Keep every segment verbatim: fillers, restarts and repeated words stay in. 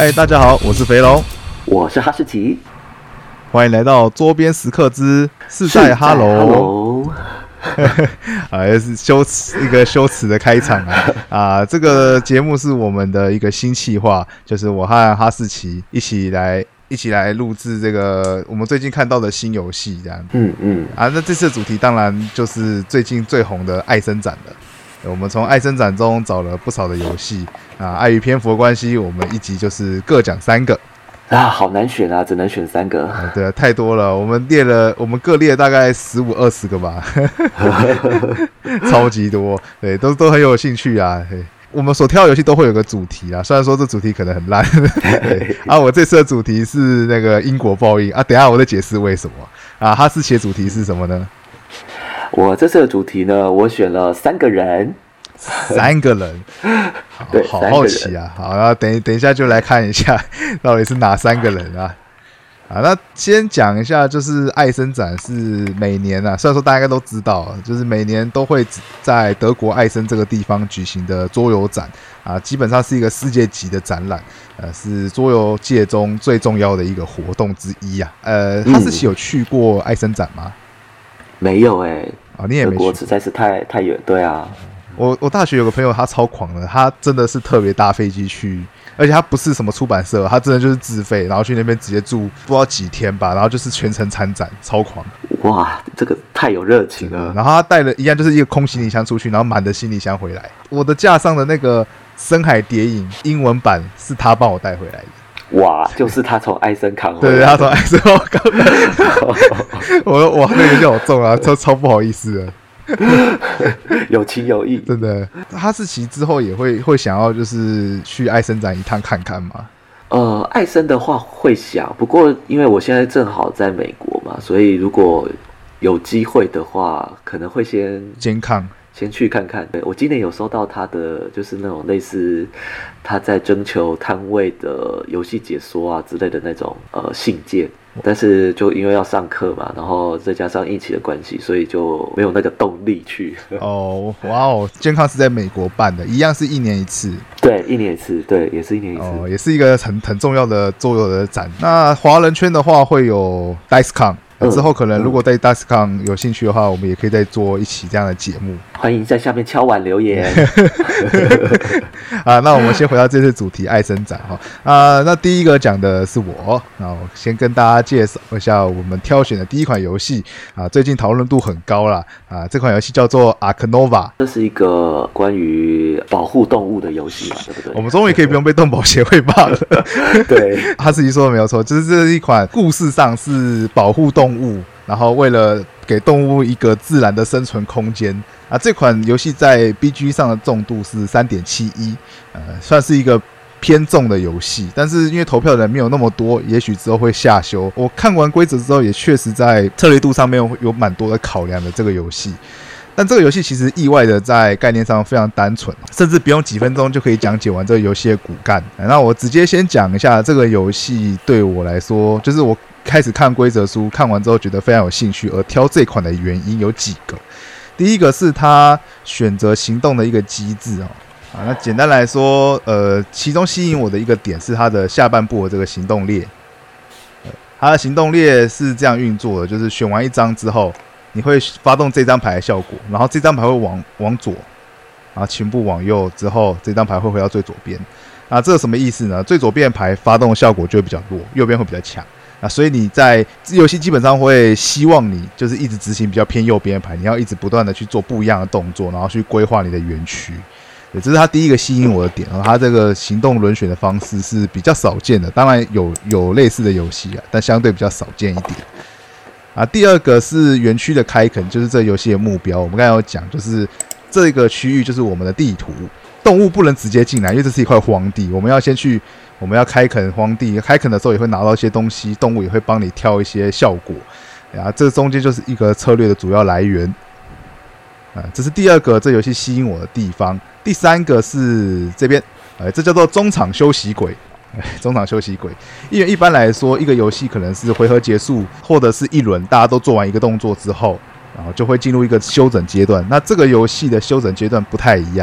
嗨，大家好，我是肥龙， 我是哈士奇， 欢迎来到桌边时刻之世代哈喽。啊，也是羞耻一个羞耻的开场啊！啊，这个节目是我们的一个新企划，就是我和哈士奇一起来一起来录制这个我们最近看到的新游戏，这样。 嗯嗯。 啊，那这次的主题当然就是最近最红的艾森展了。我们从艾森展中找了不少的游戏啊，碍于篇幅的关系，我们一集就是各讲三个。 啊，好难选啊，只能选三个。 啊、对啊，太多了，我们列了，我们各列了大概十五二十个吧，超级多，对，都都很有兴趣啊。我们所挑的游戏都会有个主题啊，虽然说这主题可能很烂。对啊，我这次的主题是那个因果报应啊，等一下我再解释为什么啊。哈士奇的主题是什么呢？ 我这次的主题呢，我选了三个人。 三个人， 对， 好好奇啊！好，然后等等一下就来看一下到底是哪三个人啊？啊，那先讲一下，就是艾森展是每年啊，虽然说大家应该都知道，就是每年都会在德国艾森这个地方举行的桌游展啊，基本上是一个世界级的展览，呃，是桌游界中最重要的一个活动之一啊。呃，哈士奇有去过艾森展吗？ 没有哎、欸， 哦，你也没去过， 德国实在是太太远，对啊。 我我大学有个朋友，他超狂的，他真的是特别搭飞机去，而且他不是什么出版社，他真的就是自费，然后去那边直接住不知道几天吧，然后就是全程参展，超狂。 哇，这个太有热情了。 然后他带了一样就是一个空行李箱出去，然后满的行李箱回来。我的架上的那个《深海谍影》英文版是他帮我带回来的。 哇，就是他从艾森扛回来的。 对，他从艾森扛回来。我说哇，那个就好重啊，超超不好意思的。 有情有义， 真的。哈士奇之后也会会想要就是去艾森展一趟看看吗？ 呃，艾森的话会想，不过因为我现在正好在美国嘛，所以如果有机会的话，可能会先监看。 先去看看。对，我今年有收到他的，就是那种类似他在征求摊位的游戏解说啊之类的那种呃信件，但是就因为要上课嘛，然后再加上疫情的关系，所以就没有那个动力去。 哦，哇哦，健康是在美国办的，一样是一年一次。 对，一年一次，对，也是一年一次。 哦，也是一个很很重要的桌游的展。那华人圈的话会有 DiceCon。之后可能如果对 DiceCon 有兴趣的话，我们也可以再做一期这样的节目。 欢迎在下面敲碗留言。 啊，那我们先回到这次主题艾森展哈。啊，那第一个讲的是我，那我先跟大家介绍一下我们挑选的第一款游戏啊，最近讨论度很高啦啊，这款游戏叫做 Ark Nova。 这是一个关于保护动物的游戏嘛，对不对？ 我们终于可以不用被动保协会骂了。 对， 哈士奇说的没有错，就是这是一款故事上是保护动物，然后为了给动物一个自然的生存空间啊，这款游戏在 B G 上的重度是 三点七一， 呃，算是一个偏重的游戏，但是因为投票的人没有那么多，也许之后会下修。我看完规则之后，也确实在策略度上面有蛮多的考量的这个游戏。但这个游戏其实意外的在概念上非常单纯，甚至不用几分钟就可以讲解完这个游戏的骨干。那我直接先讲一下这个游戏对我来说，就是我开始看规则书，看完之后觉得非常有兴趣，而挑这款的原因有几个。第一个是它选择行动的一个机制哦。啊，那简单来说，呃，其中吸引我的一个点是它的下半部的这个行动列。呃、它的行动列是这样运作的，就是选完一张之后，你会发动这张牌的效果，然后这张牌会往往左，然后全部往右之后，这张牌会回到最左边。那这个什么意思呢？最左边的牌发动的效果就会比较弱，右边会比较强。啊，所以你在游戏基本上会希望你就是一直执行比较偏右边的牌，你要一直不断的去做不一样的动作，然后去规划你的园区。对，这是他第一个吸引我的点。然后他这个行动轮选的方式是比较少见的，当然有有类似的游戏啊，但相对比较少见一点。啊，第二个是园区的开垦，就是这游戏的目标。我们刚才有讲，就是这个区域就是我们的地图，动物不能直接进来，因为这是一块荒地，我们要先去。我们要开垦荒地，开垦的时候也会拿到一些东西，动物也会帮你挑一些效果，啊，这中间就是一个策略的主要来源，啊，这是第二个这游戏吸引我的地方。第三个是这边，哎，这叫做中场休息轨，中场休息轨。因为一般来说，一个游戏可能是回合结束，或者是一轮大家都做完一个动作之后，然后就会进入一个休整阶段。那这个游戏的休整阶段不太一样。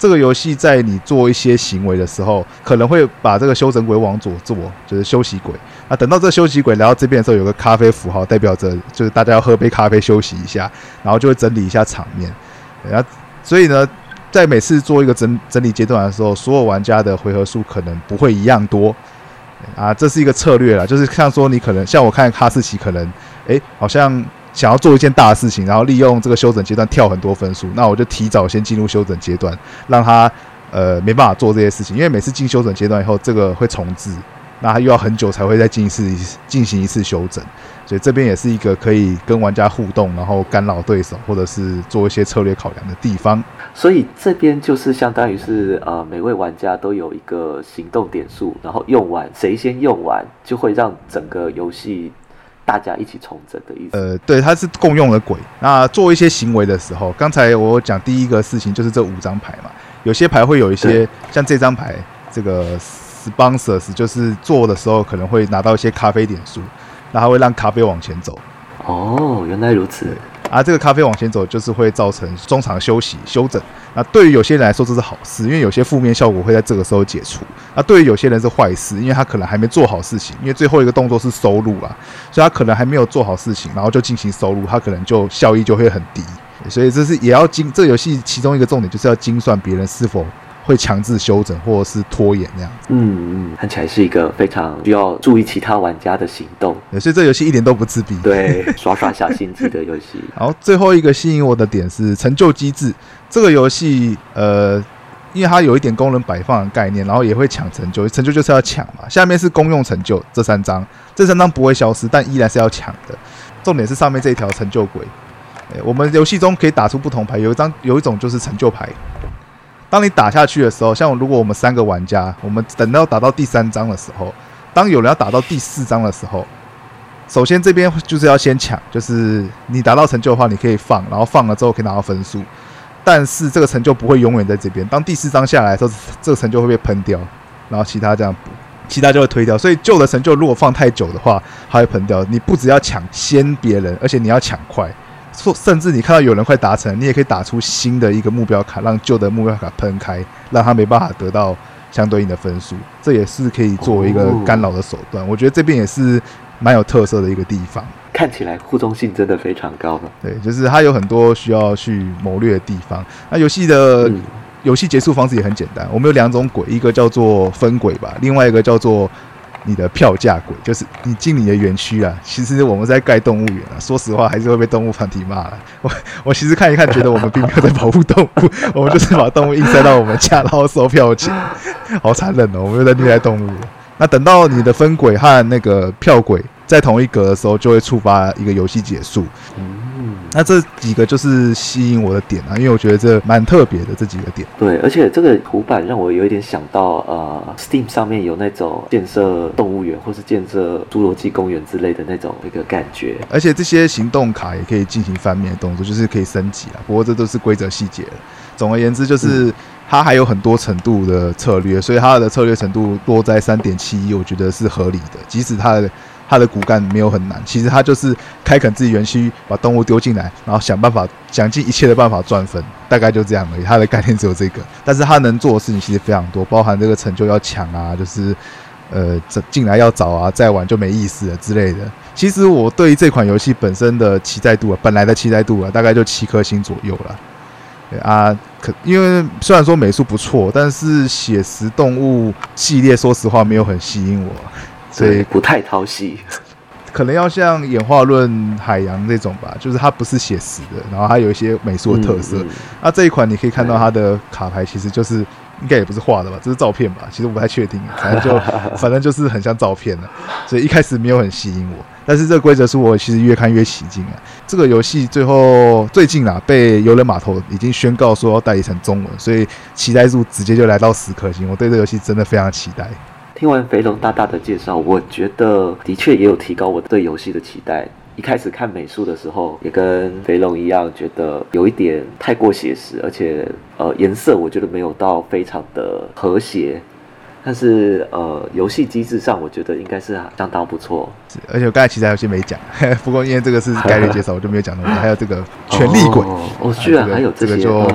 这个游戏在你做一些行为的时候，可能会把这个修整轨往左做，就是休息轨。那等到这个休息轨来到这边的时候，有个咖啡符号，代表着就是大家要喝杯咖啡休息一下，然后就会整理一下场面。然后所以呢，在每次做一个 整, 整理阶段的时候，所有玩家的回合数可能不会一样多啊，这是一个策略啦，就是像说你可能像我看哈士奇可能，哎，好像想要做一件大的事情，然后利用这个休整阶段跳很多分数，那我就提早先进入休整阶段，让他呃没办法做这些事情，因为每次进休整阶段以后，这个会重置，那他又要很久才会再进一次进行一次休整，所以这边也是一个可以跟玩家互动，然后干扰对手或者是做一些策略考量的地方。 所以这边就是相当于是呃每位玩家都有一个行动点数，然后用完谁先用完，就会让整个游戏大家一起重整的意思。 呃，对，它是共用的轨。那做一些行为的时候，刚才我讲第一个事情就是这五张牌嘛，有些牌会有一些，像这张牌这个 sponsors， 就是做的时候可能会拿到一些咖啡点数，那它会让咖啡往前走。 哦，原来如此。 啊，这个咖啡往前走就是会造成中场休息休整。那对于有些人来说这是好事，因为有些负面效果会在这个时候解除。那对于有些人是坏事，因为他可能还没做好事情，因为最后一个动作是收入啊，所以他可能还没有做好事情，然后就进行收入，他可能就效益就会很低。所以这是也要精，这个游戏其中一个重点就是要精算别人是否会强制休整或者是拖延这样子。 嗯嗯，看起来是一个非常需要注意其他玩家的行动。 所以这游戏一点都不自闭。 对，耍耍小心机的游戏。 然后最后一个吸引我的点是成就机制。这个游戏呃，因为它有一点功能摆放的概念，然后也会抢成就，成就就是要抢嘛。下面是公用成就，这三张，这三张不会消失，但依然是要抢的。重点是上面这一条成就轨。我们游戏中可以打出不同牌，有一张有一种就是成就牌。当你打下去的时候，像如果我们三个玩家，我们等到打到第三张的时候，当有人要打到第四张的时候，首先这边就是要先抢，就是你达到成就的话，你可以放，然后放了之后可以拿到分数，但是这个成就不会永远在这边。当第四张下来的时候，这个成就会被喷掉，然后其他这样补，其他就会推掉。所以旧的成就如果放太久的话，它会喷掉。你不只要抢先别人，而且你要抢快。甚至你看到有人快达成，你也可以打出新的一个目标卡，让旧的目标卡喷开，让他没办法得到相对应的分数。这也是可以作为一个干扰的手段。我觉得这边也是蛮有特色的一个地方。 看起来互动性真的非常高了。 对，就是它有很多需要去谋略的地方。那游戏的、嗯、游戏结束方式也很简单，我们有两种轨，一个叫做分轨吧，另外一个叫做你的票价轨，就是你进你的园区啊。其实我们在盖动物园啊，说实话还是会被动物团体骂了。我我其实看一看，觉得我们并没有在保护动物，我们就是把动物硬塞到我们家，然后收票钱，好残忍哦！我们又在虐待动物了。那等到你的分轨和那个票轨在同一格的时候，就会触发一个游戏结束。嗯，那这几个就是吸引我的点啊，因为我觉得这蛮特别的这几个点。 对，而且这个图版让我有一点想到，呃 ，Steam 上面有那种建设动物园或是建设侏罗纪公园之类的那种一个感觉。 而且这些行动卡也可以进行翻面的动作，就是可以升级啊。不过这都是规则细节了。总而言之，就是它还有很多程度的策略，所以它的策略程度落在 三点七一， 我觉得是合理的。即使它的它的骨干没有很难，其实它就是开垦自己园区，把动物丢进来，然后想办法想尽一切的办法赚分，大概就这样而已。它的概念只有这个，但是它能做的事情其实非常多，包含这个成就要抢啊，就是呃进来要找啊，再玩就没意思了之类的。其实我对于这款游戏本身的期待度啊，本来的期待度啊，大概就七颗星左右啦。对啊，可因为虽然说美术不错，但是写实动物系列说实话没有很吸引我。所以不太讨喜， 可能要像演化论海洋这种吧，就是它不是写实的，然后它有一些美术的特色。那、嗯嗯啊、这一款你可以看到它的卡牌其实就是应该也不是画的吧，这是照片吧？其实我不太确定，反正就反正就是很像照片了，所以一开始没有很吸引我。但是这个规则书我其实越看越起劲啊。这个游戏最后最近啊，被邮轮码头已经宣告说要代理成中文，所以期待度直接就来到十颗星。我对这个游戏真的非常期待。 听完肥龙大大的介绍，我觉得的确也有提高我对游戏的期待。一开始看美术的时候，也跟肥龙一样，觉得有一点太过写实，而且呃颜色我觉得没有到非常的和谐。但是呃游戏机制上，我觉得应该是相当不错。 而且我刚才其实还有些没讲，不过因为这个是概率介绍，我就没有讲到。还有这个权力轨， 哦，哦居然还有这些， 这个就。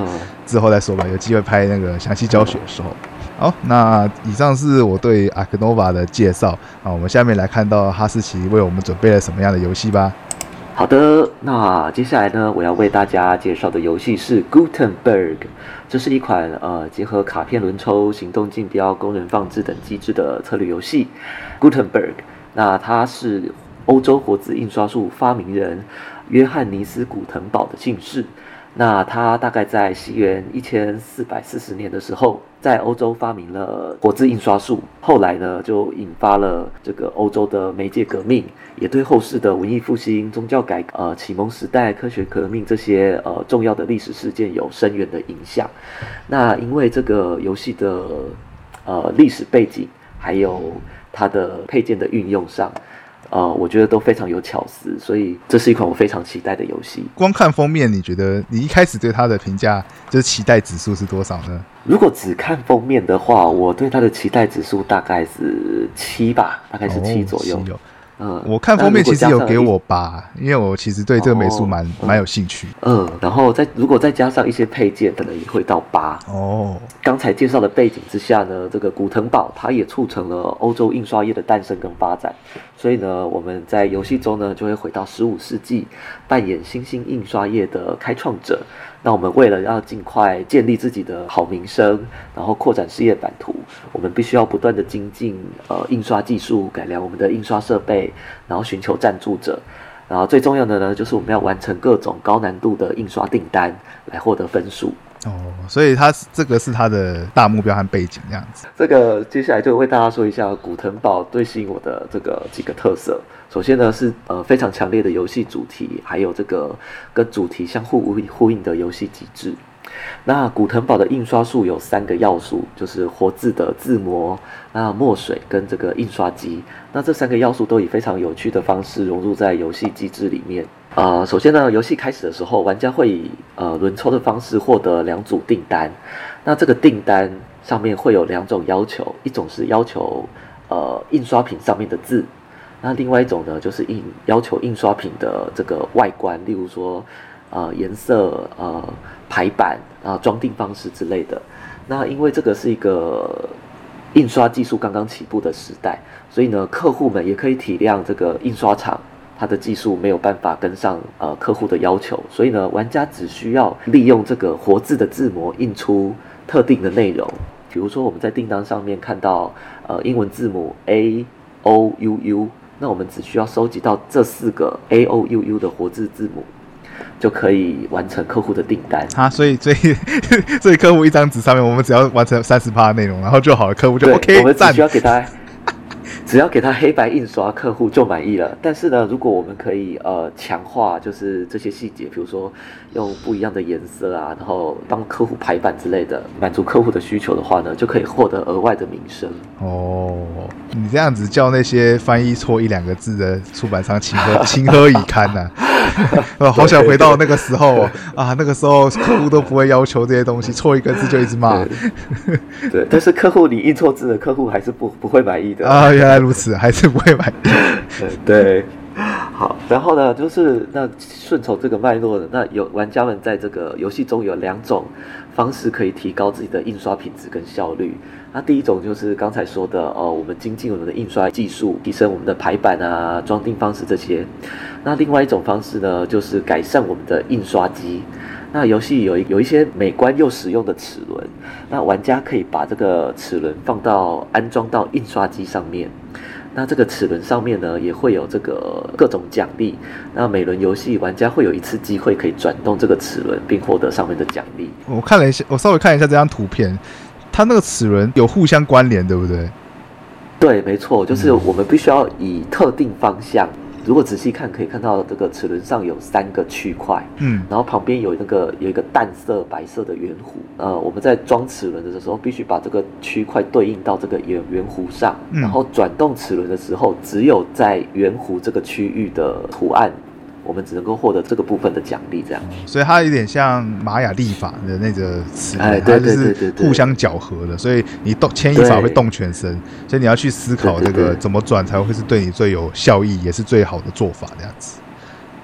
之后再说吧，有机会拍那个详细教学的时候。好，那以上是我对 Ark Nova 的介绍啊，我们下面来看到哈士奇为我们准备了什么样的游戏吧。 好的，那接下来呢，我要为大家介绍的游戏是 Gutenberg， 这是一款呃结合卡片轮抽、行动竞标、工人放置等机制的策略游戏。Gutenberg， 那它是欧洲活字印刷术发明人约翰尼斯·古腾堡的姓氏。那他大概在西元一千四百四十年的时候，在欧洲发明了活字印刷术，后来呢就引发了这个欧洲的媒介革命，也对后世的文艺复兴、宗教改革、呃启蒙时代、科学革命这些呃重要的历史事件有深远的影响。那因为这个游戏的呃历史背景，还有它的配件的运用上。呃，我觉得都非常有巧思，所以这是一款我非常期待的游戏。 光看封面，你觉得你一开始对它的评价就是期待指数是多少呢？ 如果只看封面的话，我对它的期待指数大概是七吧，大概是七左右。哦嗯，我看封面其实有给我八，因为我其实对这个美术蛮蛮、哦、有兴趣。 嗯，然后再如果再加上一些配件，可能也会到八。哦，刚才介绍的背景之下呢，这个古腾堡它也促成了欧洲印刷业的诞生跟发展。所以呢，我们在游戏中呢就会回到十五世纪，扮演新兴印刷业的开创者。那我们为了要尽快建立自己的好名声，然后扩展事业版图，我们必须要不断的精进呃印刷技术，改良我们的印刷设备，然后寻求赞助者，然后最重要的呢，就是我们要完成各种高难度的印刷订单来获得分数。 哦，所以它这个是它的大目标和背景这样子。 这个接下来就为大家说一下古腾堡最吸引我的这个几个特色。首先呢是呃非常强烈的游戏主题，还有这个跟主题相互呼应的游戏机制。那古腾堡的印刷术有三个要素，就是活字的字模、那墨水跟这个印刷机。那这三个要素都以非常有趣的方式融入在游戏机制里面。呃，首先呢，游戏开始的时候，玩家会以呃轮抽的方式获得两组订单。那这个订单上面会有两种要求，一种是要求呃印刷品上面的字，那另外一种呢就是印要求印刷品的这个外观，例如说呃颜色、呃排版啊、装订方式之类的。那因为这个是一个印刷技术刚刚起步的时代，所以呢，客户们也可以体谅这个印刷厂。它的技术没有办法跟上呃客户的要求，所以呢，玩家只需要利用这个活字的字模印出特定的内容。比如说我们在订单上面看到呃英文字母 A O U U， 那我们只需要收集到这四个 A O U U 的活字字母，就可以完成客户的订单。 啊，所以所以所以客户一张纸上面，我们只要完成 百分之三十 的内容，然后就好了，客户就 OK， 我们只需要给他。只要给他黑白印刷，客户就满意了。但是呢，如果我们可以呃强化，就是这些细节，比如说用不一样的颜色啊，然后帮客户排版之类的，满足客户的需求的话呢，就可以获得额外的名声。 哦，你这样子叫那些翻译错一两个字的出版商情何情何以堪呐、啊？好想回到那个时候啊，那个时候客户都不会要求这些东西，错一个字就一直骂。 对，对，但是客户你印错字的客户还是不不会满意的啊，原来如此，还是不会满意。 对，好，然后呢，就是那顺从这个脉络的，那有玩家们在这个游戏中有两种方式可以提高自己的印刷品质跟效率。那第一种就是刚才说的哦，我们精进我们的印刷技术，提升我们的排版啊、装订方式这些。那另外一种方式呢，就是改善我们的印刷机。那游戏有一有一些美观又实用的齿轮，那玩家可以把这个齿轮放到安装到印刷机上面。那这个齿轮上面呢，也会有这个各种奖励。那每轮游戏玩家会有一次机会可以转动这个齿轮，并获得上面的奖励。 我看了一下，我稍微看一下这张图片，它那个齿轮有互相关联，对不对？ 对，没错，就是我们必须要以特定方向。如果仔细看，可以看到这个齿轮上有三个区块，嗯，然后旁边有那个有一个淡色白色的圆弧，呃，我们在装齿轮的时候，必须把这个区块对应到这个圆圆弧上，嗯，然后转动齿轮的时候，只有在圆弧这个区域的图案，我们只能够获得这个部分的奖励，这样。 所以它有点像玛雅历法的那个齿轮， 哎， 它就是互相搅合的，所以你动牵一法会动全身，所以你要去思考这个怎么转才会是对你最有效益，也是最好的做法，这样子。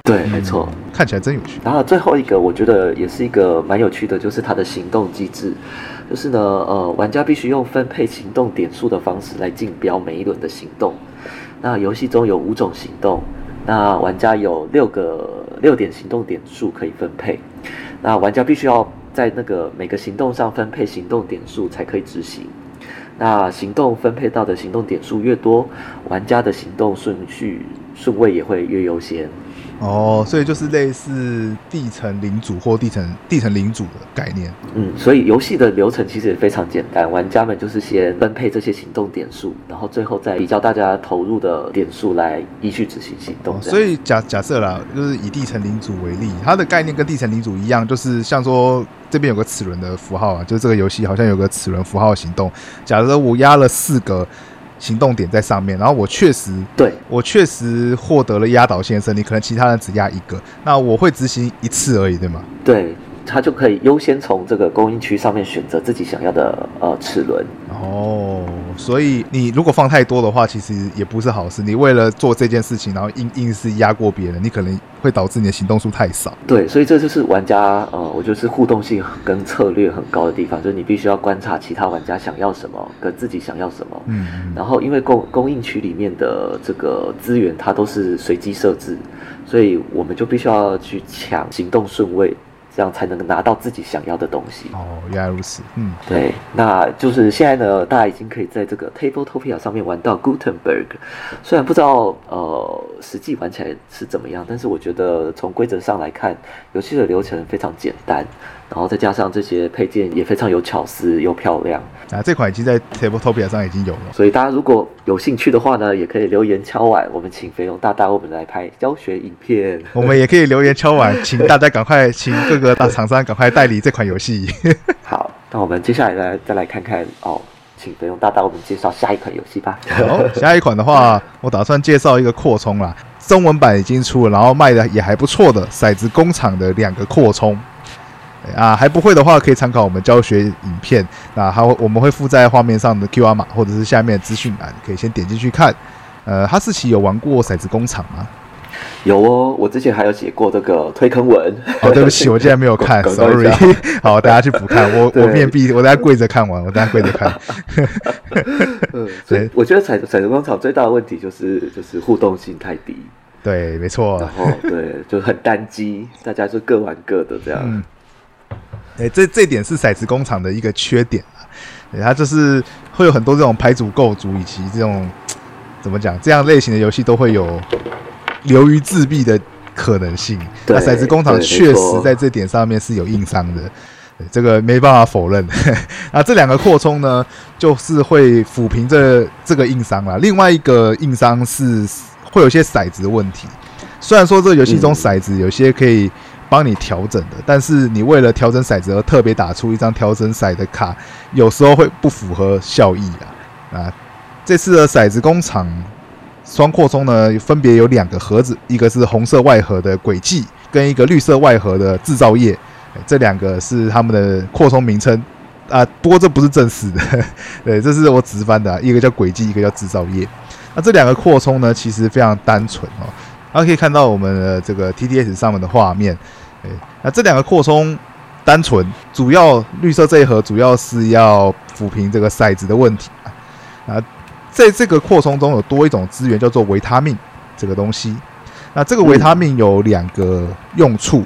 对，没错、 嗯，看起来真有趣。 然后最后一个，我觉得也是一个蛮有趣的，就是它的行动机制。就是呢，呃，玩家必须用分配行动点数的方式来竞标每一轮的行动。那游戏中有五种行动，那玩家有六个六点行动点数可以分配。那玩家必须要在那个每个行动上分配行动点数才可以执行。那行动分配到的行动点数越多，玩家的行动顺序顺位也会越优先。 哦，所以就是类似地层领主或地层地层领主的概念。 嗯，所以游戏的流程其实也非常简单，玩家们就是先分配这些行动点数，然后最后再比较大家投入的点数来依序执行行动、哦。 所以假假设啦，就是以地层领主为例，它的概念跟地层领主一样，就是像说这边有个齿轮的符号啊，就是这个游戏好像有个齿轮符号行动。假如说我压了四个行动点在上面，然后我确实对我确实获得了压倒性的胜利，可能其他人只压一个，那我会执行一次而已，对吗？ 对，他就可以优先从这个供应区上面选择自己想要的呃齿轮。 哦，所以你如果放太多的话，其实也不是好事。你为了做这件事情，然后硬硬是压过别人，你可能会导致你的行动数太少。 对，所以这就是玩家呃，我觉得是互动性跟策略很高的地方，就是你必须要观察其他玩家想要什么，跟自己想要什么。嗯，然后因为供供应区里面的这个资源它都是随机设置，所以我们就必须要去抢行动顺位。这样才能拿到自己想要的东西。 哦，原来如此。嗯， 对，那就是现在呢，大家已经可以在这个 Tabletopia 上面玩到 Gutenberg。虽然不知道呃实际玩起来是怎么样，但是我觉得从规则上来看，游戏的流程非常简单，然后再加上这些配件也非常有巧思又漂亮。 啊，这款已经在 Tabletopia 上已经有了， 所以大家如果有兴趣的话呢，也可以留言敲碗，我们请肥龙大大我们来拍教学影片。 我们也可以留言敲碗，请大家赶快，请各个大厂商赶快代理这款游戏。 好，那我们接下来来再来看看哦，请肥龙大大我们介绍下一款游戏吧。 好，下一款的话，我打算介绍一个扩充啦，中文版已经出了，然后卖的也还不错的骰子工厂的两个扩充。啊，还不会的话，可以参考我们教学影片。那还我们会附在画面上的 Q R 码，或者是下面的资讯栏，可以先点进去看。呃，哈士奇有玩过骰子工厂吗？ 有哦，我之前还有写过这个推坑文。 哦，对不起，我竟然没有看，sorry。好，大家去补看。我我面壁，我等下跪着看完，我等下跪着看。 嗯，所以我觉得骰骰子工厂最大的问题就是就是互动性太低。 对，没错。 然后对，就很单机，大家就各玩各的这样。嗯欸、这这点是骰子工厂的一个缺点啊，它就是会有很多这种牌组构筑以及这种怎么讲，这样类型的游戏都会有流于自闭的可能性。那骰子工厂确实在这点上面是有硬伤的，这个没办法否认。那这两个扩充呢，就是会抚平这这个硬伤啦。另外一个硬伤是会有些骰子的问题，虽然说这个游戏中骰子有些可以帮你调整的，但是你为了调整骰子而特别打出一张调整骰的卡，有时候会不符合效益啊。啊，这次的骰子工厂双扩充呢，分别有两个盒子，一个是红色外盒的轨迹，跟一个绿色外盒的制造业，这两个是他们的扩充名称啊。不过这不是正式的，对，这是我直翻的、啊，一个叫轨迹，一个叫制造业。那这两个扩充呢，其实非常单纯哦。大家可以看到我们的这个 T T S 上面的画面，那这两个扩充单纯，主要绿色这一盒主要是要抚平这个骰子的问题啊。在这个扩充中有多一种资源叫做维他命这个东西，那这个维他命有两个用处，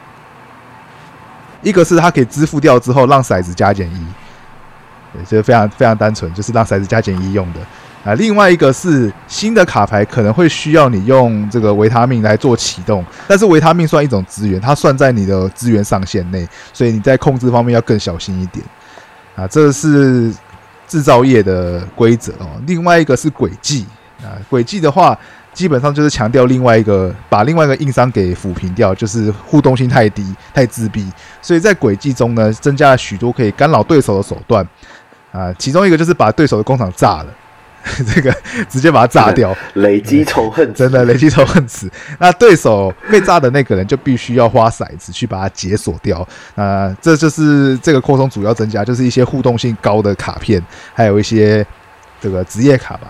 一个是它可以支付掉之后让骰子加减一，对，就是非常非常单纯，就是让骰子加减一用的。啊，另外一个是新的卡牌可能会需要你用这个维他命来做启动，但是维他命算一种资源，它算在你的资源上限内，所以你在控制方面要更小心一点。啊，这是制造业的规则哦。另外一个是轨迹啊，轨迹的话，基本上就是强调另外一个，把另外一个硬伤给抚平掉，就是互动性太低、太自闭，所以在轨迹中呢，增加了许多可以干扰对手的手段啊，其中一个就是把对手的工厂炸了。这个直接把它炸掉， 累积仇恨值， 真的累积仇恨值。那对手被炸的那个人就必须要花骰子去把它解锁掉。那这就是这个扩充主要增加，就是一些互动性高的卡片，还有一些这个职业卡吧，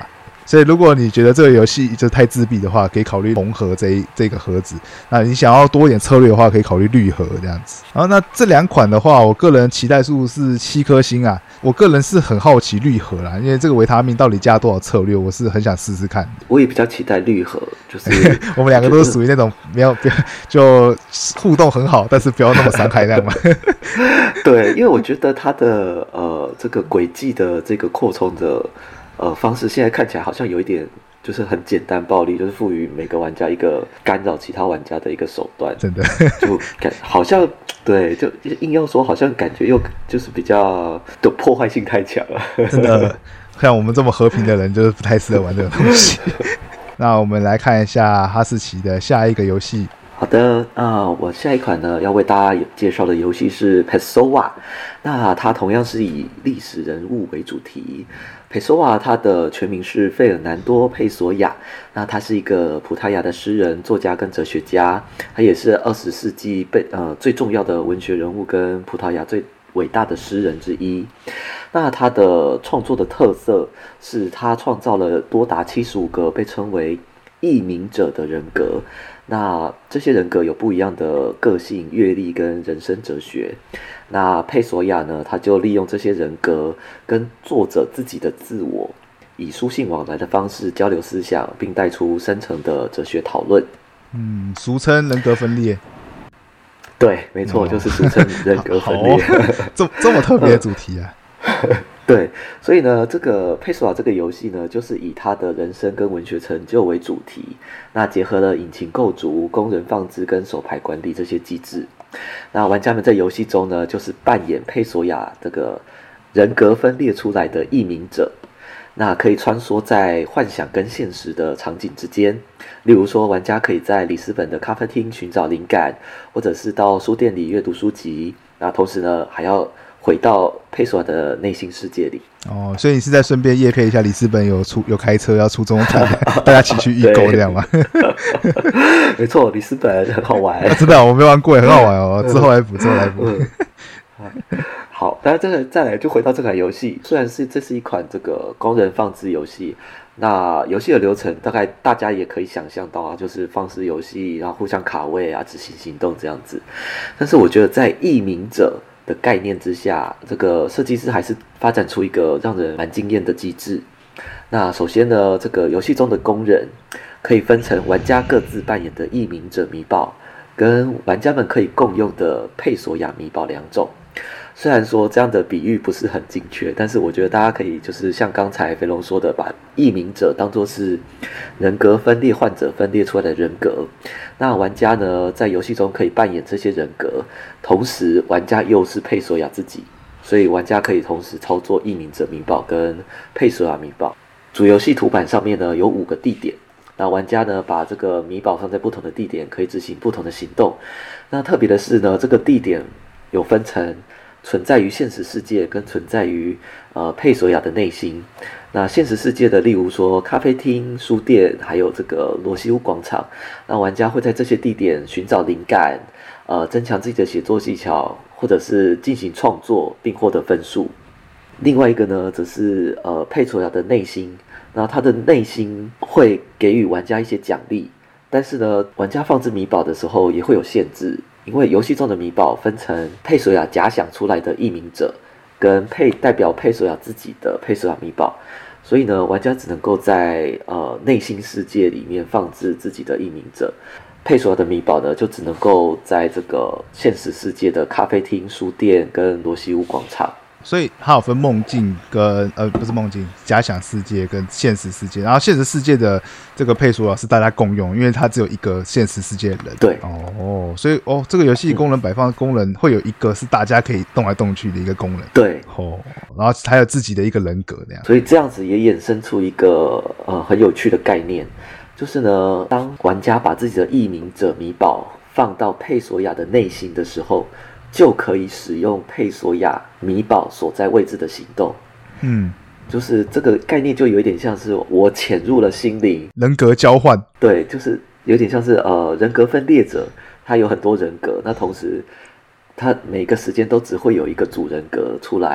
所以如果你觉得这个游戏就太自闭的话，可以考虑红盒这一这个盒子。那你想要多一点策略的话，可以考虑绿盒这样子。然后那这两款的话，我个人期待数是七颗星啊。我个人是很好奇绿盒啦，因为这个维他命到底加多少策略，我是很想试试看。 我也比较期待绿盒，就是我们两个都是属于那种没有就互动很好，但是不要那么伤害那样嘛。 对，因为我觉得它的呃这个轨迹的这个扩充的呃方式，现在看起来好像有一点就是很简单暴力，就是赋予每个玩家一个干扰其他玩家的一个手段， 真的就感好像对，就硬要说好像感觉又就是比较的破坏性太强了， 真的像我们这么和平的人，就是不太适合玩这种东西。那我们来看一下哈士奇的下一个游戏。 好的，那我下一款呢要为大家介绍的游戏是 Pessoa， 那它同样是以历史人物为主题。Pessoa 它的全名是费尔南多·佩索亚，那他是一个葡萄牙的诗人、作家跟哲学家，他也是二十世纪被呃最重要的文学人物跟葡萄牙最伟大的诗人之一。那他的创作的特色是他创造了多达七十五个被称为佚名者的人格，那这些人格有不一样的个性、阅历跟人生哲学。那佩索亚呢，他就利用这些人格跟作者自己的自我，以书信往来的方式交流思想，并带出深层的哲学讨论。 嗯，俗称人格分裂。 对，没错，哦、就是俗称人格分裂。 哦、这这么特别的主题啊！ 对，所以呢，这个佩索亚这个游戏呢，就是以他的人生跟文学成就为主题，那结合了引擎构筑、工人放置跟手牌管理这些机制。那玩家们在游戏中呢，就是扮演佩索亚这个人格分裂出来的佚名者，那可以穿梭在幻想跟现实的场景之间。例如说，玩家可以在里斯本的咖啡厅寻找灵感，或者是到书店里阅读书籍。那同时呢，还要回到佩索亚的内心世界里。 哦，所以你是在顺便业配一下里斯本有出有开车要出中餐，大家一起去预购这样吗？ 没错，里斯本很好玩、 啊，真的、啊、我没玩过，很好玩哦。之后来补，之后来补。 好，当然这个再来就回到这款游戏，虽然是这是一款这个工人放置游戏，那游戏的流程大概大家也可以想象到啊，就是放置游戏，然后互相卡位啊，执行行动这样子。但是我觉得在佚名者的概念之下，这个设计师还是发展出一个让人蛮惊艳的机制。那首先呢，这个游戏中的工人可以分成玩家各自扮演的佚名者迷宝，跟玩家们可以共用的佩索亚迷宝两种。虽然说这样的比喻不是很精确，但是我觉得大家可以就是像刚才飞龙说的，把佚名者当作是人格分裂患者分裂出来的人格。那玩家呢，在游戏中可以扮演这些人格，同时玩家又是佩索亚自己，所以玩家可以同时操作佚名者迷宝跟佩索亚迷宝。主游戏图板上面呢有五个地点，那玩家呢把这个迷宝放在不同的地点，可以执行不同的行动。那特别的是呢，这个地点有分成存在于现实世界跟存在于呃佩索亚的内心。那现实世界的，例如说咖啡厅、书店，还有这个罗西乌广场，那玩家会在这些地点寻找灵感，呃，增强自己的写作技巧，或者是进行创作并获得分数。另外一个呢，则是呃佩索亚的内心，那他的内心会给予玩家一些奖励，但是呢，玩家放置迷宝的时候也会有限制。因为游戏中的迷宝分成佩索亚假想出来的佚名者，跟佩代表佩索亚自己的佩索亚迷宝，所以呢，玩家只能够在呃内心世界里面放置自己的佚名者，佩索亚的迷宝呢，就只能够在这个现实世界的咖啡厅、书店跟罗西乌广场。 所以它有分梦境跟呃不是梦境，假想世界跟现实世界。然后现实世界的这个佩索亚是大家共用，因为它只有一个现实世界的人。 对哦，所以哦，这个游戏功能摆放功能会有一个是大家可以动来动去的一个功能。 对哦，然后还有自己的一个人格那样。 所以这样子也衍生出一个呃很有趣的概念，就是呢，当玩家把自己的佚名者迷宝放到佩索亚的内心的时候，就可以使用佩索亚迷宝所在位置的行动。 嗯， 就是这个概念就有一点像是我潜入了心灵， 人格交换。 对，就是有点像是呃人格分裂者，他有很多人格，那同时他每个时间都只会有一个主人格出来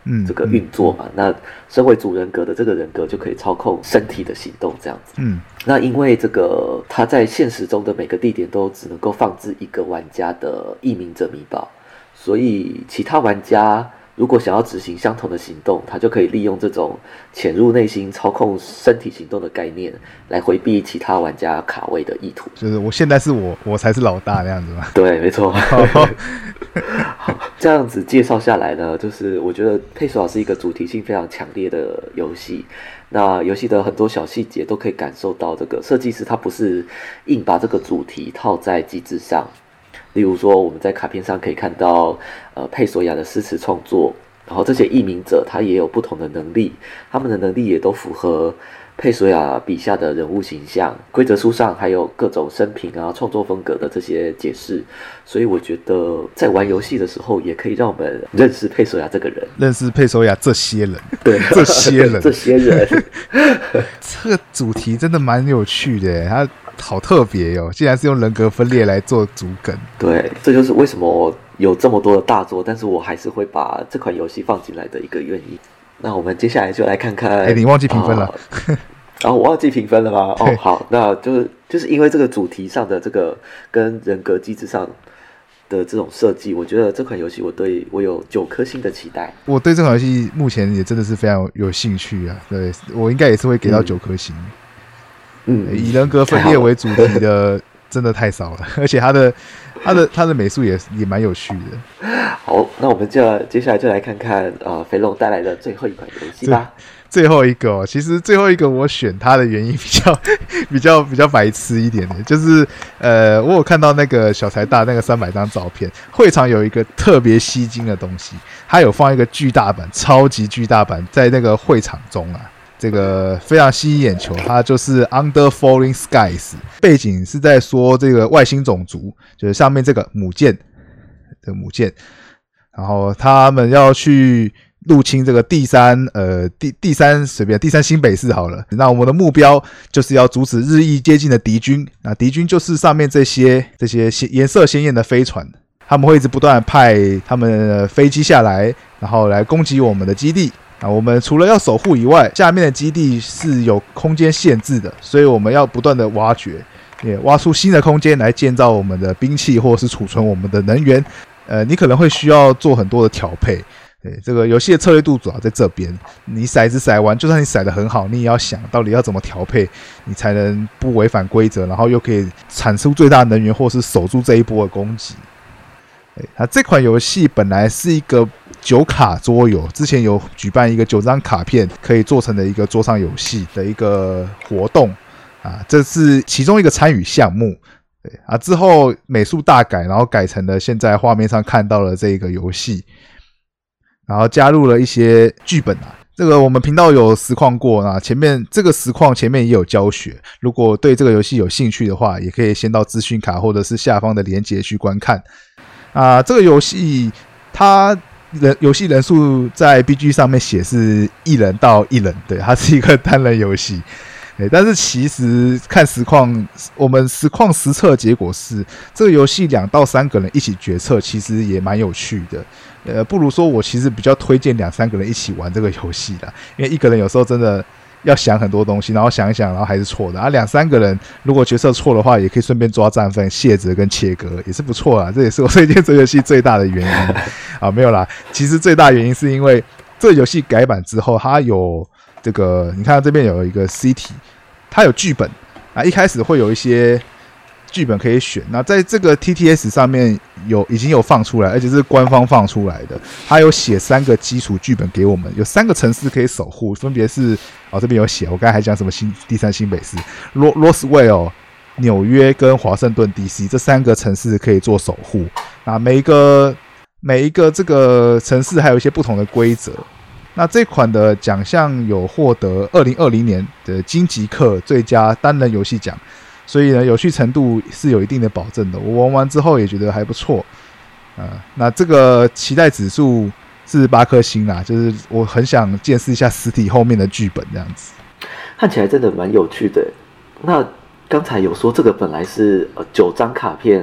这个运作嘛。嗯嗯、那身为主人格的这个人格就可以操控身体的行动，这样子。嗯，那因为这个他在现实中的每个地点都只能够放置一个玩家的异名者米宝，所以其他玩家如果想要执行相同的行动，他就可以利用这种潜入内心操控身体行动的概念来回避其他玩家卡位的意图。 就是我现在是我我才是老大那样子吗？ 对，没错。好，这样子介绍下来呢，就是我觉得佩索亚是一个主题性非常强烈的游戏。那游戏的很多小细节都可以感受到，这个设计师他不是硬把这个主题套在机制上。例如说，我们在卡片上可以看到，呃，佩索亚的诗词创作，然后这些译名者他也有不同的能力，他们的能力也都符合佩索亚笔下的人物形象。规则书上还有各种生平啊、创作风格的这些解释，所以我觉得在玩游戏的时候，也可以让我们认识佩索亚这个人， 认识佩索亚这些人， 对， 这些人， 这些人， 这个主题真的蛮有趣的，他。好特别哦，竟然是用人格分裂来做主梗。 对，这就是为什么有这么多的大作，但是我还是会把这款游戏放进来的一个原因。那我们接下来就来看看， 哎、欸，你忘记评分了？ 然后、啊、我忘记评分了吗？哦，好，那就是就是因为这个主题上的这个跟人格机制上的这种设计，我觉得这款游戏我对我有九颗星的期待。 我对这款游戏目前也真的是非常有兴趣啊，对我应该也是会给到九颗星。嗯嗯，以人格分裂为主题的真的太少了，而且他的他的他的美术也也蛮有趣的。 好，那我们就接下来就来看看呃肥龙带来的最后一款游戏吧。 最后一个、哦，其实最后一个我选它的原因比较比较比较白痴一点的，就是呃，我有看到那个小财大那个三百张照片，会场有一个特别吸睛的东西，它有放一个巨大版、超级巨大版在那个会场中啊。这个非常吸引眼球，它就是 Under Falling Skies， 背景是在说这个外星种族，就是上面这个母舰的母舰，然后他们要去入侵这个第三呃第第三随便第三新北市好了，那我们的目标就是要阻止日益接近的敌军，那敌军就是上面这些这些颜色鲜艳的飞船，他们会一直不断的派他们的飞机下来，然后来攻击我们的基地。啊，我们除了要守护以外，下面的基地是有空间限制的，所以我们要不断的挖掘，也挖出新的空间来建造我们的兵器或是储存我们的能源。呃，你可能会需要做很多的调配。对，这个游戏的策略度主要在这边。你骰子骰完，就算你骰得很好，你也要想到底要怎么调配，你才能不违反规则，然后又可以产出最大能源，或是守住这一波的攻击。它这款游戏本来是一个九卡桌游，之前有举办一个九张卡片可以做成的一个桌上游戏的一个活动啊，这是其中一个参与项目。对啊，之后美术大改，然后改成了现在画面上看到了这个游戏，然后加入了一些剧本啊。这个我们频道有实况过啊，前面这个实况前面也有教学，如果对这个游戏有兴趣的话，也可以先到资讯卡或者是下方的连结去观看。啊，这个游戏它人游戏人数在 B G 上面写是一人到一人，对，它是一个单人游戏。对，但是其实看实况，我们实况实测结果是，这个游戏两到三个人一起决策，其实也蛮有趣的。呃，不如说我其实比较推荐两三个人一起玩这个游戏啦，因为一个人有时候真的要想很多东西，然后想一想，然后还是错的啊。两三个人如果决策错的话，也可以顺便抓战分、卸责跟切割，也是不错啦。这也是我推荐这个游戏最大的原因啊。没有啦，其实最大原因是因为这个游戏改版之后，它有这个，你看这边有一个 City， 它有剧本啊，一开始会有一些剧本可以选。那在这个 T T S 上面有已经有放出来，而且是官方放出来的。它有写三个基础剧本给我们，有三个城市可以守护，分别是哦这边有写，我刚才还讲什么新第三新北市、罗罗斯威尔、纽约跟华盛顿 D C 这三个城市可以做守护。那每一个每一个这个城市还有一些不同的规则。那这款的奖项有获得二零二零年的金吉克最佳单人游戏奖。所以呢，有趣程度是有一定的保证的。我玩完之后也觉得还不错，呃，那这个期待指数是八颗星啦，就是我很想见识一下实体后面的剧本这样子。 看起来真的蛮有趣的。那刚才有说这个本来是呃九张卡片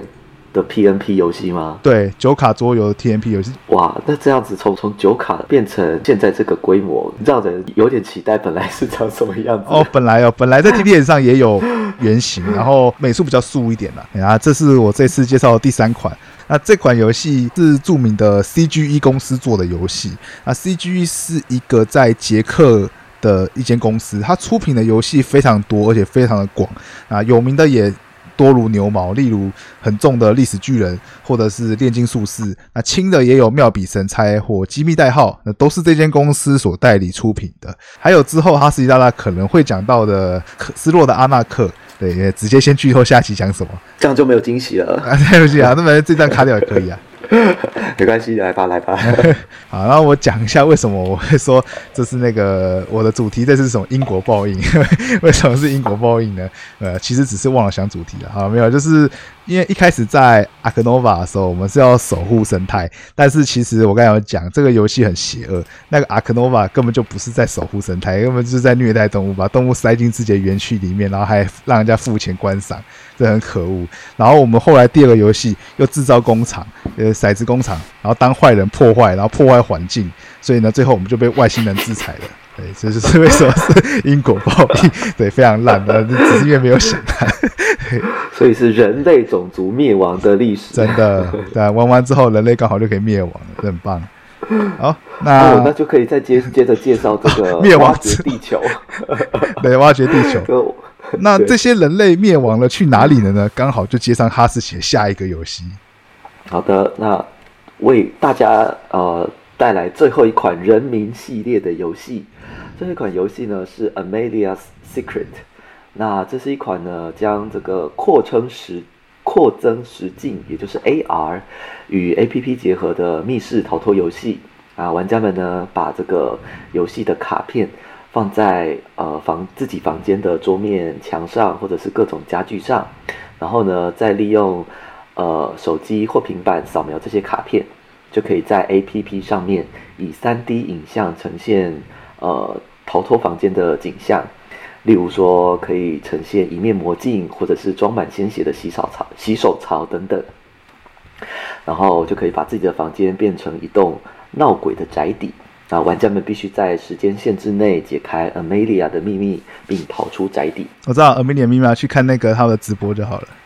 的 P N P 游戏吗？ 对，九卡桌游的 T N P 游戏。 哇，那这样子从从九卡变成现在这个规模，让人有点期待本来是长什么样子。 哦，本来哦，本来在 T P S 上也有原型，然后美术比较素一点啦。然后这是我这次介绍的第三款。那这款游戏是著名的 C G E 公司做的游戏。那 C G E 是一个在捷克的一间公司，它出品的游戏非常多，而且非常的广啊，有名的也多如牛毛，例如很重的历史巨人，或者是炼金术士，那轻的也有妙笔神差或机密代号，那都是这间公司所代理出品的。还有之后哈斯迪拉拉可能会讲到的失落的阿纳克，对，也直接先剧透下期讲什么，这样就没有惊喜了。 啊，对不起啊，那么这段卡掉也可以啊。 没关系，来吧来吧。 好，然后我讲一下为什么我会说这是那个我的主题，这是什么因果报应？为什么是因果报应呢？呃，其实只是忘了想主题了。好，没有，就是因为一开始在 Arknova 的时候，我们是要守护生态，但是其实我刚才有讲，这个游戏很邪恶，那个 Arknova 根本就不是在守护生态，根本就是在虐待动物，把动物塞进自己的园区里面，然后还让人家付钱观赏，这很可恶。然后我们后来第二个游戏又制造工厂，呃，骰子工厂，然后当坏人破坏，然后破坏环境，所以呢，最后我们就被外星人制裁了。对，这就是为什么是因果报应。对，非常烂的，只是因为没有想它。 所以是人类种族灭亡的历史。 真的，对啊，玩完之后人类刚好就可以灭亡了，这很棒。好，那、 哦、那就可以再接接着介绍这个灭亡挖掘地球。 对，挖掘地球。那这些人类灭亡了去哪里了呢？刚好就接上哈士奇的下一个游戏。 好的，那为大家呃带来最后一款人民系列的游戏。这一款游戏呢是 Amelia's Secret。那这是一款呢将这个扩充实扩增实境，也就是 A R 与 A P P 结合的密室逃脱游戏啊。玩家们呢把这个游戏的卡片放在呃房自己房间的桌面、墙上或者是各种家具上，然后呢再利用呃手机或平板扫描这些卡片，就可以在 A P P 上面以 三 D 影像呈现呃逃脱房间的景象。例如说可以呈现一面魔镜，或者是装满鲜血的洗手槽洗手槽等等，然后就可以把自己的房间变成一栋闹鬼的宅邸。那玩家们必须在时间限制内解开 Amelia 的秘密，并逃出宅邸。 我知道 Amelia 秘密，去看那个他的直播就好了。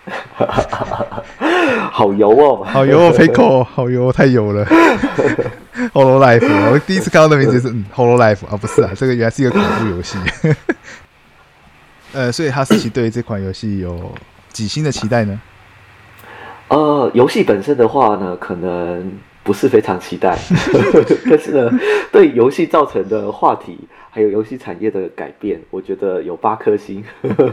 好油哦， 好油哦 ，Pico， 好油，太油了。Hololive， 我第一次看到的名字是嗯 Hololive 啊，不是啊，这个原来是一个恐怖游戏。呃，所以哈士奇对这款游戏有几星的期待呢？ 呃，游戏本身的话呢，可能不是非常期待，但是呢，对游戏造成的话题还有游戏产业的改变，我觉得有八颗星。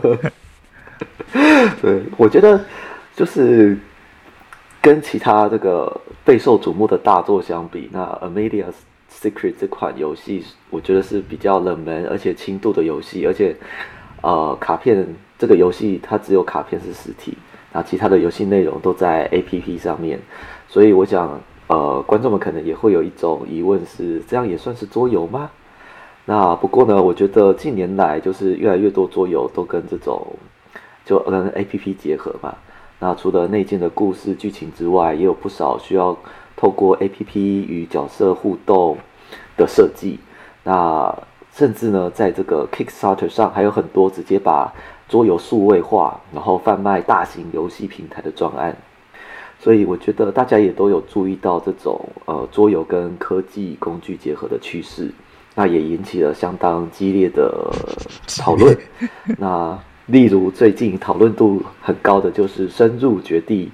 对，我觉得就是跟其他这个备受瞩目的大作相比，那 Amelia's Secret 这款游戏，我觉得是比较冷门而且轻度的游戏，而且呃，卡片这个游戏它只有卡片是实体，那其他的游戏内容都在 A P P 上面，所以我想呃，观众们可能也会有一种疑问是，这样也算是桌游吗？那不过呢，我觉得近年来就是越来越多桌游都跟这种就跟 A P P 结合嘛。那除了内建的故事剧情之外，也有不少需要透过 A P P 与角色互动的设计。那甚至呢，在这个 Kickstarter 上还有很多直接把桌游数位化，然后贩卖大型游戏平台的专案。所以我觉得大家也都有注意到这种呃桌游跟科技工具结合的趋势，那也引起了相当激烈的讨论。那例如最近讨论度很高的就是深入绝地。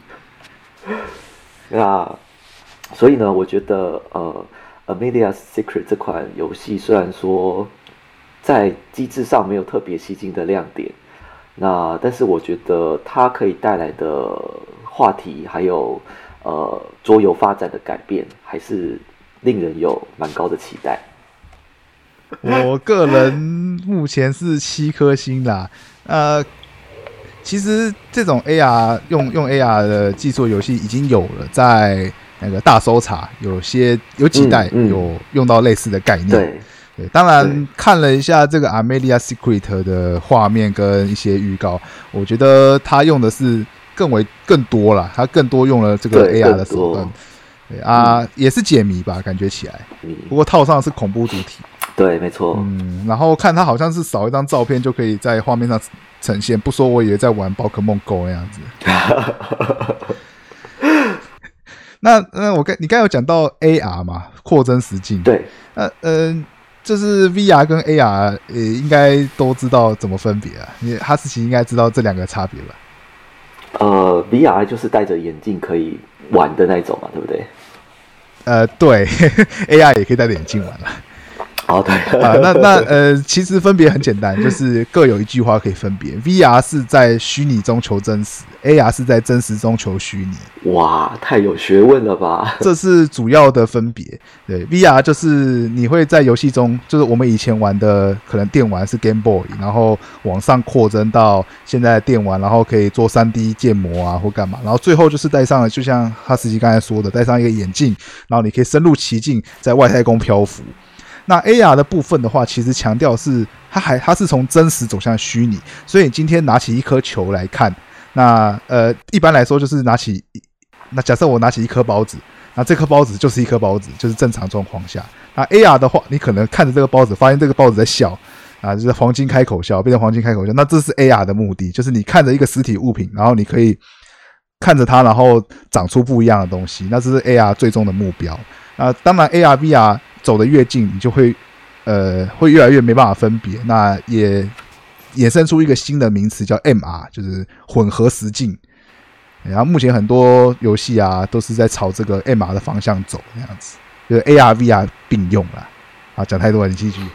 那所以呢，我觉得呃 Amelia's Secret 这款游戏虽然说在机制上没有特别吸睛的亮点，那但是我觉得它可以带来的话题还有呃桌游发展的改变，还是令人有蛮高的期待。 我个人目前是七颗星啦。呃，其实这种 A R 用用 A R 的技术游戏已经有了，在那个大搜查有些有几代有用到类似的概念。嗯嗯、对。对，当然看了一下这个 Amelia's Secret 的画面跟一些预告，我觉得他用的是更为更多啦，它更多用了这个 A R 的手段。对啊、嗯，也是解谜吧，感觉起来。不过套上的是恐怖主体。 对，没错。 嗯，然后看它好像是扫一张照片就可以在画面上呈现，不说我以为在玩宝可梦 Go 那样子。那那我刚你刚才有讲到 A R 嘛，扩增实境。 对。 呃呃，就是 V R 跟 A R， 呃，应该都知道怎么分别啊？你哈士奇应该知道这两个差别吧？ 呃 ，V R 就是戴着眼镜可以玩的那种嘛，对不对？ 呃，对，A R 也可以戴着眼镜玩了。 哦，对啊，那那呃，其实分别很简单，就是各有一句话可以分别。V R 是在虚拟中求真实 ，A R 是在真实中求虚拟。 哇，太有学问了吧！ 这是主要的分别。对 ，V R 就是你会在游戏中，就是我们以前玩的可能电玩是 Game Boy， 然后往上扩增到现在的电玩，然后可以做 三 D 建模啊或干嘛，然后最后就是戴上了，就像哈士奇刚才说的，戴上一个眼镜，然后你可以深入其境，在外太空漂浮。那 A R 的部分的话，其实强调是它还它是从真实走向虚拟，所以你今天拿起一颗球来看，那呃一般来说就是拿起，那假设我拿起一颗包子，那这颗包子就是一颗包子，就是正常状况下。那 A R 的话，你可能看着这个包子，发现这个包子在笑啊，就是黄金开口笑，变成黄金开口笑，那这是 A R 的目的，就是你看着一个实体物品，然后你可以看着它，然后长出不一样的东西，那这是 A R 最终的目标。那当然 A R V R走得越近，你就会呃会越来越没办法分别。那也衍生出一个新的名词叫 M R， 就是混合实境。然后目前很多游戏啊都是在朝这个 M R 的方向走，那样子，就是 A R V R 并用啦。啊，讲太多了，你继续。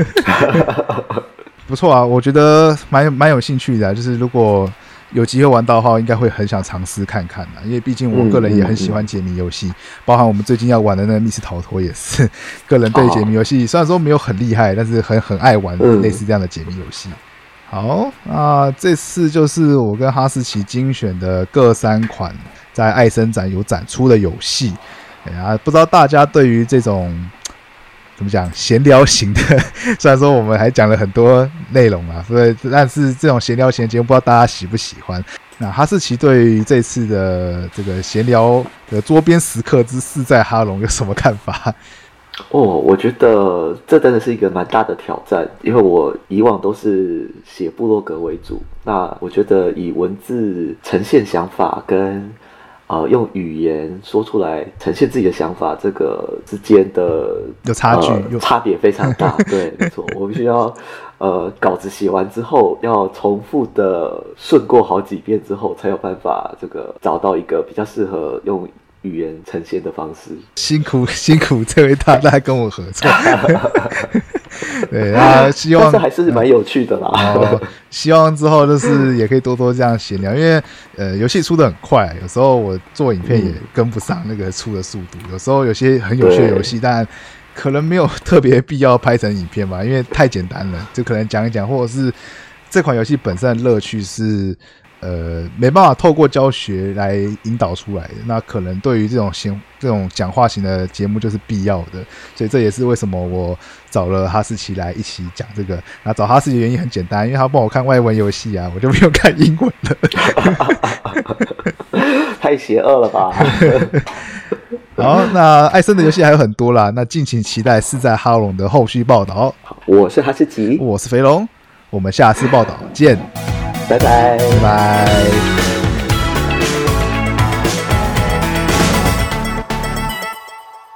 不错啊，我觉得蛮蛮有兴趣的、啊，就是如果有机会玩到的话，应该会很想尝试看看的，因为毕竟我个人也很喜欢解谜游戏、嗯嗯嗯，包含我们最近要玩的那个密室逃脱也是，个人对解谜游戏、哦、虽然说没有很厉害，但是很很爱玩类似这样的解谜游戏。好，那这次就是我跟哈士奇精选的各三款在艾森展有展出的游戏。哎呀，不知道大家对于这种怎么讲闲聊型的，虽然说我们还讲了很多内容啊，所以但是这种闲聊型的节目，不知道大家喜不喜欢。那哈士奇对于这次的这个闲聊的桌边时刻之四在哈隆有什么看法？ 哦，我觉得这真的是一个蛮大的挑战，因为我以往都是写部落格为主，那我觉得以文字呈现想法跟呃，用语言说出来呈现自己的想法，这个之间的有差距， 呃、 有差别非常大。对，没错，我必须要呃稿子写完之后，要重复的顺过好几遍之后，才有办法这个找到一个比较适合用语言呈现的方式。 辛苦辛苦这位大大跟我合作。对啊，希望但是还是蛮有趣的啦。 哦，希望之后就是也可以多多这样闲聊，因为呃游戏出的很快，有时候我做影片也跟不上那个出的速度，有时候有些很有趣的游戏，但可能没有特别必要拍成影片吧，因为太简单了，就可能讲一讲，或者是这款游戏本身的乐趣是呃没办法透过教学来引导出来的，那可能对于这种闲这种讲话型的节目就是必要的，所以这也是为什么我找了哈士奇来一起讲这个。那找哈士奇的原因很简单，因为他帮我看外文游戏啊，我就不用看英文了。 太邪恶了吧。 好，那艾森的游戏还有很多啦，那敬请期待是在哈隆的后续报道。 我是哈士奇， 我是肥龙，我们下次报道见， 拜拜， 拜拜。